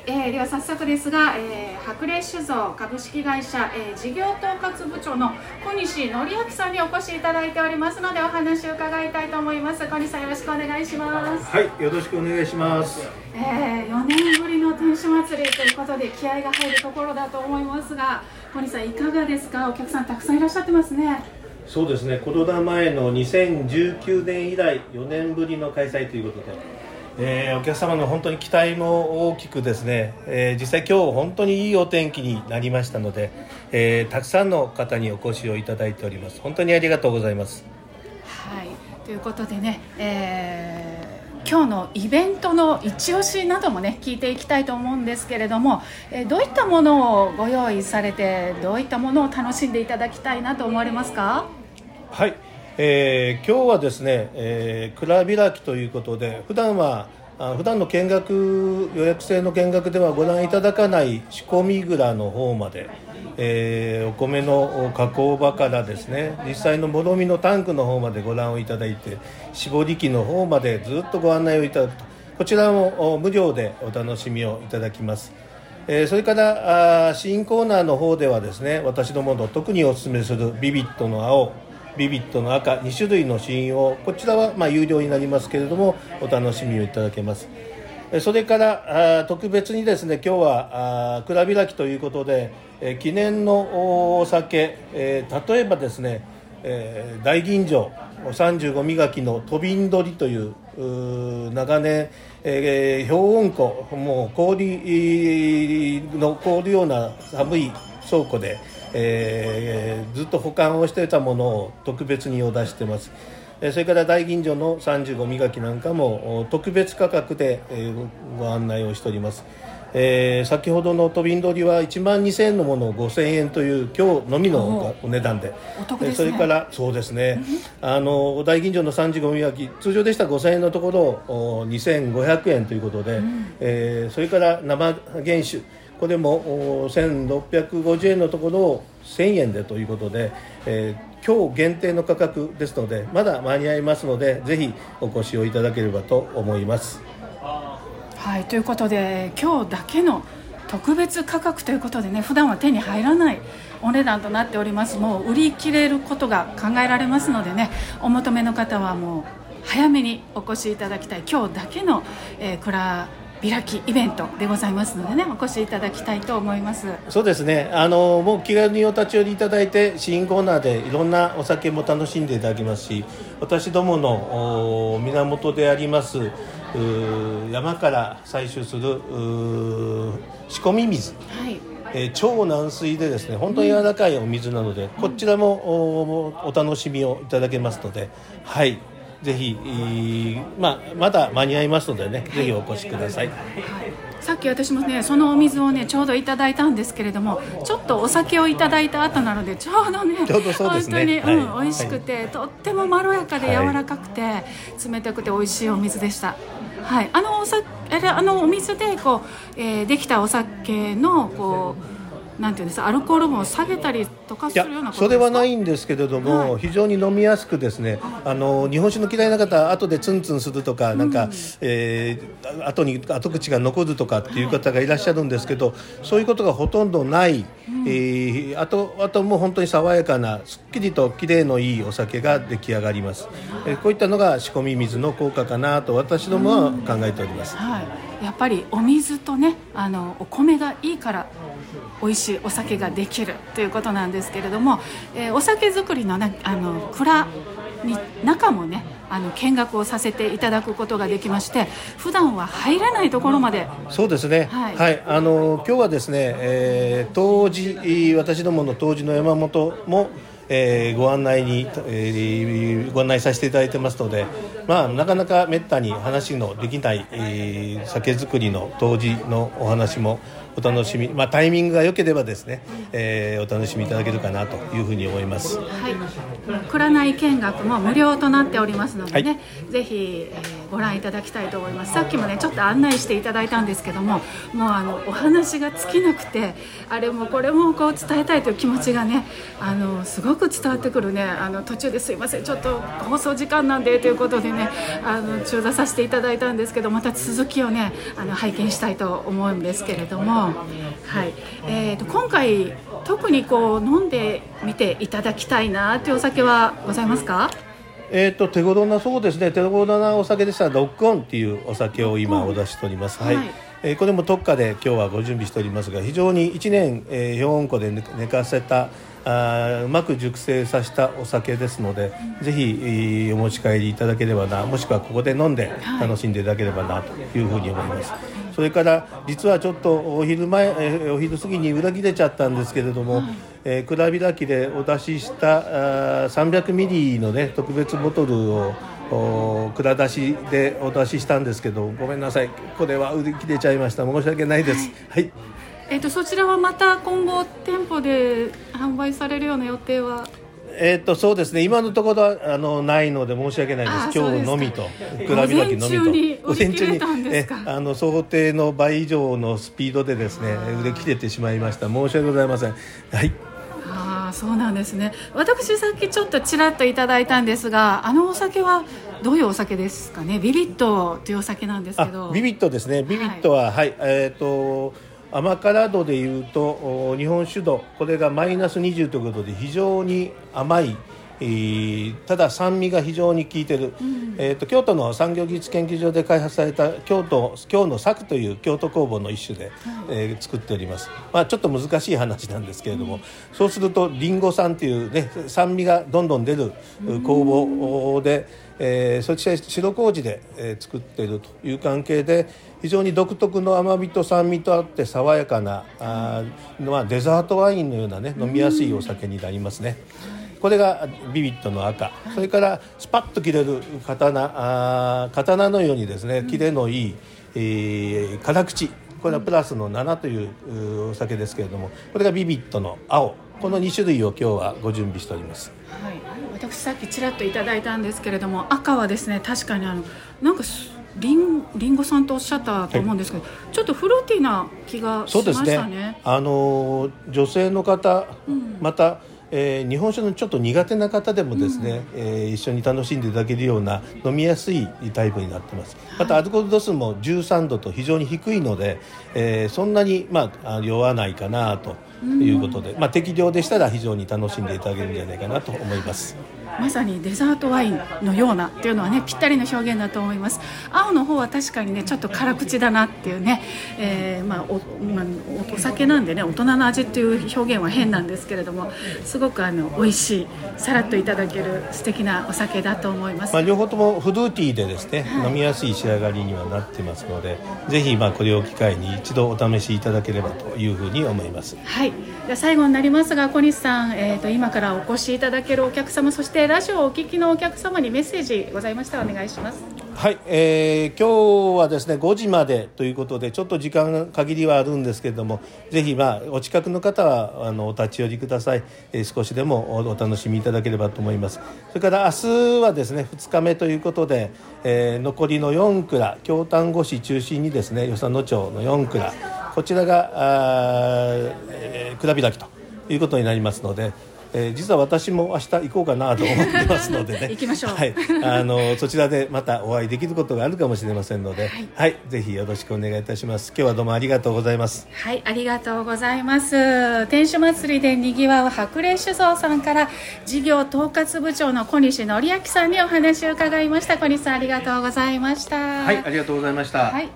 では早速ですが、白麗酒造株式会社、事業統括部長の小西則明さんにお越しいただいておりますので、お話を伺いたいと思います。小西さん、よろしくお願いします。 はい、よろしくお願いします。 4年ぶりの天守祭りということで気合が入るところだと思いますが、小西さんいかがですか？お客さんたくさんいらっしゃってますね。 そうですね、コロナ前の2019年以来4年ぶりの開催ということで、お客様の本当に期待も大きくですね、実際今日本当にいいお天気になりましたので、たくさんの方にお越しをいただいております。本当にありがとうございます。 はい、ということでね、今日のイベントの一押しなどもね聞いていきたいと思うんですけれども、どういったものをご用意されて、どういったものを楽しんでいただきたいなと思われますか？ はい、今日はですね、蔵開きということで、普段の見学、予約制の見学ではご覧いただかない仕込み蔵の方まで、お米の加工場からですね、実際のもろみのタンクの方までご覧をいただいて、絞り機の方までずっとご案内をいただくと、こちらも無料でお楽しみをいただきます。それから新コーナーの方ではですね、私どもの特にお勧めするビビットの青、ビビットの赤、2種類の試飲を、こちらは有料になりますけれどもお楽しみをいただけます。それから特別にですね、今日は蔵開きということで、記念のお酒、例えばですね、大吟醸35磨きの飛びんどりという長年、氷温庫、もう氷の凍るような寒い倉庫でずっと保管をしていたものを特別にお出しています。それから大吟醸の35磨きなんかも特別価格でご案内をしております。先ほどの飛びんどりは1万2000円のものを5000円という今日のみのお値段で、 お得ですね。 それからそうですね、大吟醸の35磨き通常でしたら5000円のところを2500円ということで、それから生原酒、これも1650円のところを1000円でということで、今日限定の価格ですので、まだ間に合いますので、ぜひお越しをいただければと思います。 はい、ということで今日だけの特別価格ということでね、普段は手に入らないお値段となっております。もう売り切れることが考えられますのでね、お求めの方はもう早めにお越しいただきたい、今日だけの、蔵開きイベントでございますのでね、お越しいただきたいと思います。 そうですね、もう気軽にお立ち寄りいただいて、新コーナーでいろんなお酒も楽しんでいただけますし、私どもの源であります山から採取する仕込み水、はい、超軟水でですね、本当に柔らかいお水なので、こちらもお楽しみをいただけますので、はい、ぜひ、まだ間に合いますのでね、ぜひお越しください。はい、 さっき私もね、そのお水をねちょうどいただいたんですけれども、ちょっとお酒をいただいた後なのでちょうどね、 ちょうどそうですね、 本当に、美味しくて、はい、とってもまろやかで柔らかくて、はい、冷たくて美味しいお水でした。はい、お水でできたお酒のなんていうんですか、アルコール分を下げたりとかするようなことですか？ それはないんですけれども、はい、非常に飲みやすくですね、日本酒の嫌いな方、後でツンツンするとか、なんか、後口が残るとかっていう方がいらっしゃるんですけど、そういうことがほとんどない、あともう本当に爽やかなすっきりときれいのいいお酒が出来上がります。こういったのが仕込み水の効果かなと私どもは考えております。 はい、やっぱりお水とね、お米がいいから美味しいお酒ができるということなんですけれども、お酒作りの、蔵に中もね見学をさせていただくことができまして、普段は入らないところまで。 そうですね、はい、はい、今日はですね、私どもの杜氏の山本もご案内させていただいてますので、なかなかめったに話のできない、酒造りの杜氏のお話もお楽しみ、タイミングが良ければですね、お楽しみいただけるかなというふうに思います。 はい、蔵内見学も無料となっておりますのでね、はい、ぜひ、 ご覧いただきたいと思います。さっきもねちょっと案内していただいたんですけども、もうお話が尽きなくて、あれもこれもこう伝えたいという気持ちがねすごく伝わってくるね。途中ですいませんちょっと放送時間なんでということでね中座させていただいたんですけど、また続きをね拝見したいと思うんですけれども、はい、今回特にこう飲んでみていただきたいなというお酒はございますか？ 手頃な、そうですね、手頃なお酒でしたらロックオンっていうお酒を今お出ししております。はい、これも特価で今日はご準備しておりますが、非常に1年、標温庫で寝かせたうまく熟成させたお酒ですので、ぜひお持ち帰りいただければな、もしくはここで飲んで楽しんでいただければなというふうに思います。それから実はちょっとお昼過ぎに裏切れちゃったんですけれども、蔵開きでお出しした300ミリのね特別ボトルを蔵出しでお出ししたんですけど、ごめんなさい、これは売り切れちゃいました。申し訳ないです。はい。 そちらはまた今後店舗で販売されるような予定は？ そうですね、今のところはないので申し訳ないです。今日のみと蔵開きのみと午前中に売り切れたんですか？ 想定の倍以上のスピードでですね売り切れてしまいました。申し訳ございません。はい。 そうなんですね。私さっきちょっとちらっといただいたんですが、お酒はどういうお酒ですかね？ビビットというお酒なんですけど。 ビビットですね。ビビットは、はい、甘辛度でいうと日本酒度、これがマイナス20ということで非常に甘い、ただ酸味が非常に効いてる、京都の産業技術研究所で開発された京の作という京都工房の一種で、作っております。ちょっと難しい話なんですけれども、そうするとリンゴ酸という、ね、酸味がどんどん出る工房で、そして白麹で、作っているという関係で非常に独特の甘みと酸味とあって爽やかなデザートワインのような、ね、飲みやすいお酒になりますね。これがビビットの赤、それからスパッと切れる刀のようにですね切れのいい、辛口、これはプラスの7というお酒ですけれども、これがビビットの青、この2種類を今日はご準備しております。 はい、私さっきちらっといただいたんですけれども、赤はですね確かになんかリンゴさんとおっしゃったと思うんですけど、ちょっとフルーティーな気がしましたね。そうですね、 女性の方、また日本酒のちょっと苦手な方でもですね、一緒に楽しんでいただけるような飲みやすいタイプになってます。またアルコール度数も13度と非常に低いので、そんなに、酔わないかなということで、適量でしたら非常に楽しんでいただけるんじゃないかなと思います。 まさにデザートワインのようなっていうのはねぴったりの表現だと思います。青の方は確かにねちょっと辛口だなっていうね、お酒なんでね大人の味っていう表現は変なんですけれども、すごく美味しいさらっといただける素敵なお酒だと思います。 両方ともフルーティーでですね、飲みやすい仕上がりにはなってますので、ぜひこれを機会に一度お試しいただければというふうに思います。 はい、では最後になりますが小西さん、今からお越しいただけるお客様、そしてラジオをお聞きのお客様にメッセージございましたらお願いします。 はい、今日はですね5時までということでちょっと時間限りはあるんですけれども、ぜひお近くの方はお立ち寄りください。少しでもお楽しみいただければと思います。それから明日はですね2日目ということで、残りの4蔵、京丹後市中心にですね与謝野町の4蔵、こちらが蔵開きということになりますので、実は私も明日行こうかなと思ってますのでね行きましょう。 はい、そちらでまたお会いできることがあるかもしれませんので、はい、ぜひよろしくお願いいたします。今日はどうもありがとうございます。 はい、ありがとうございます。天守祭りでにぎわう白麗酒造さんから事業統括部長の小西則明さんにお話を伺いました。小西さんありがとうございました。 はい、ありがとうございました。 はい。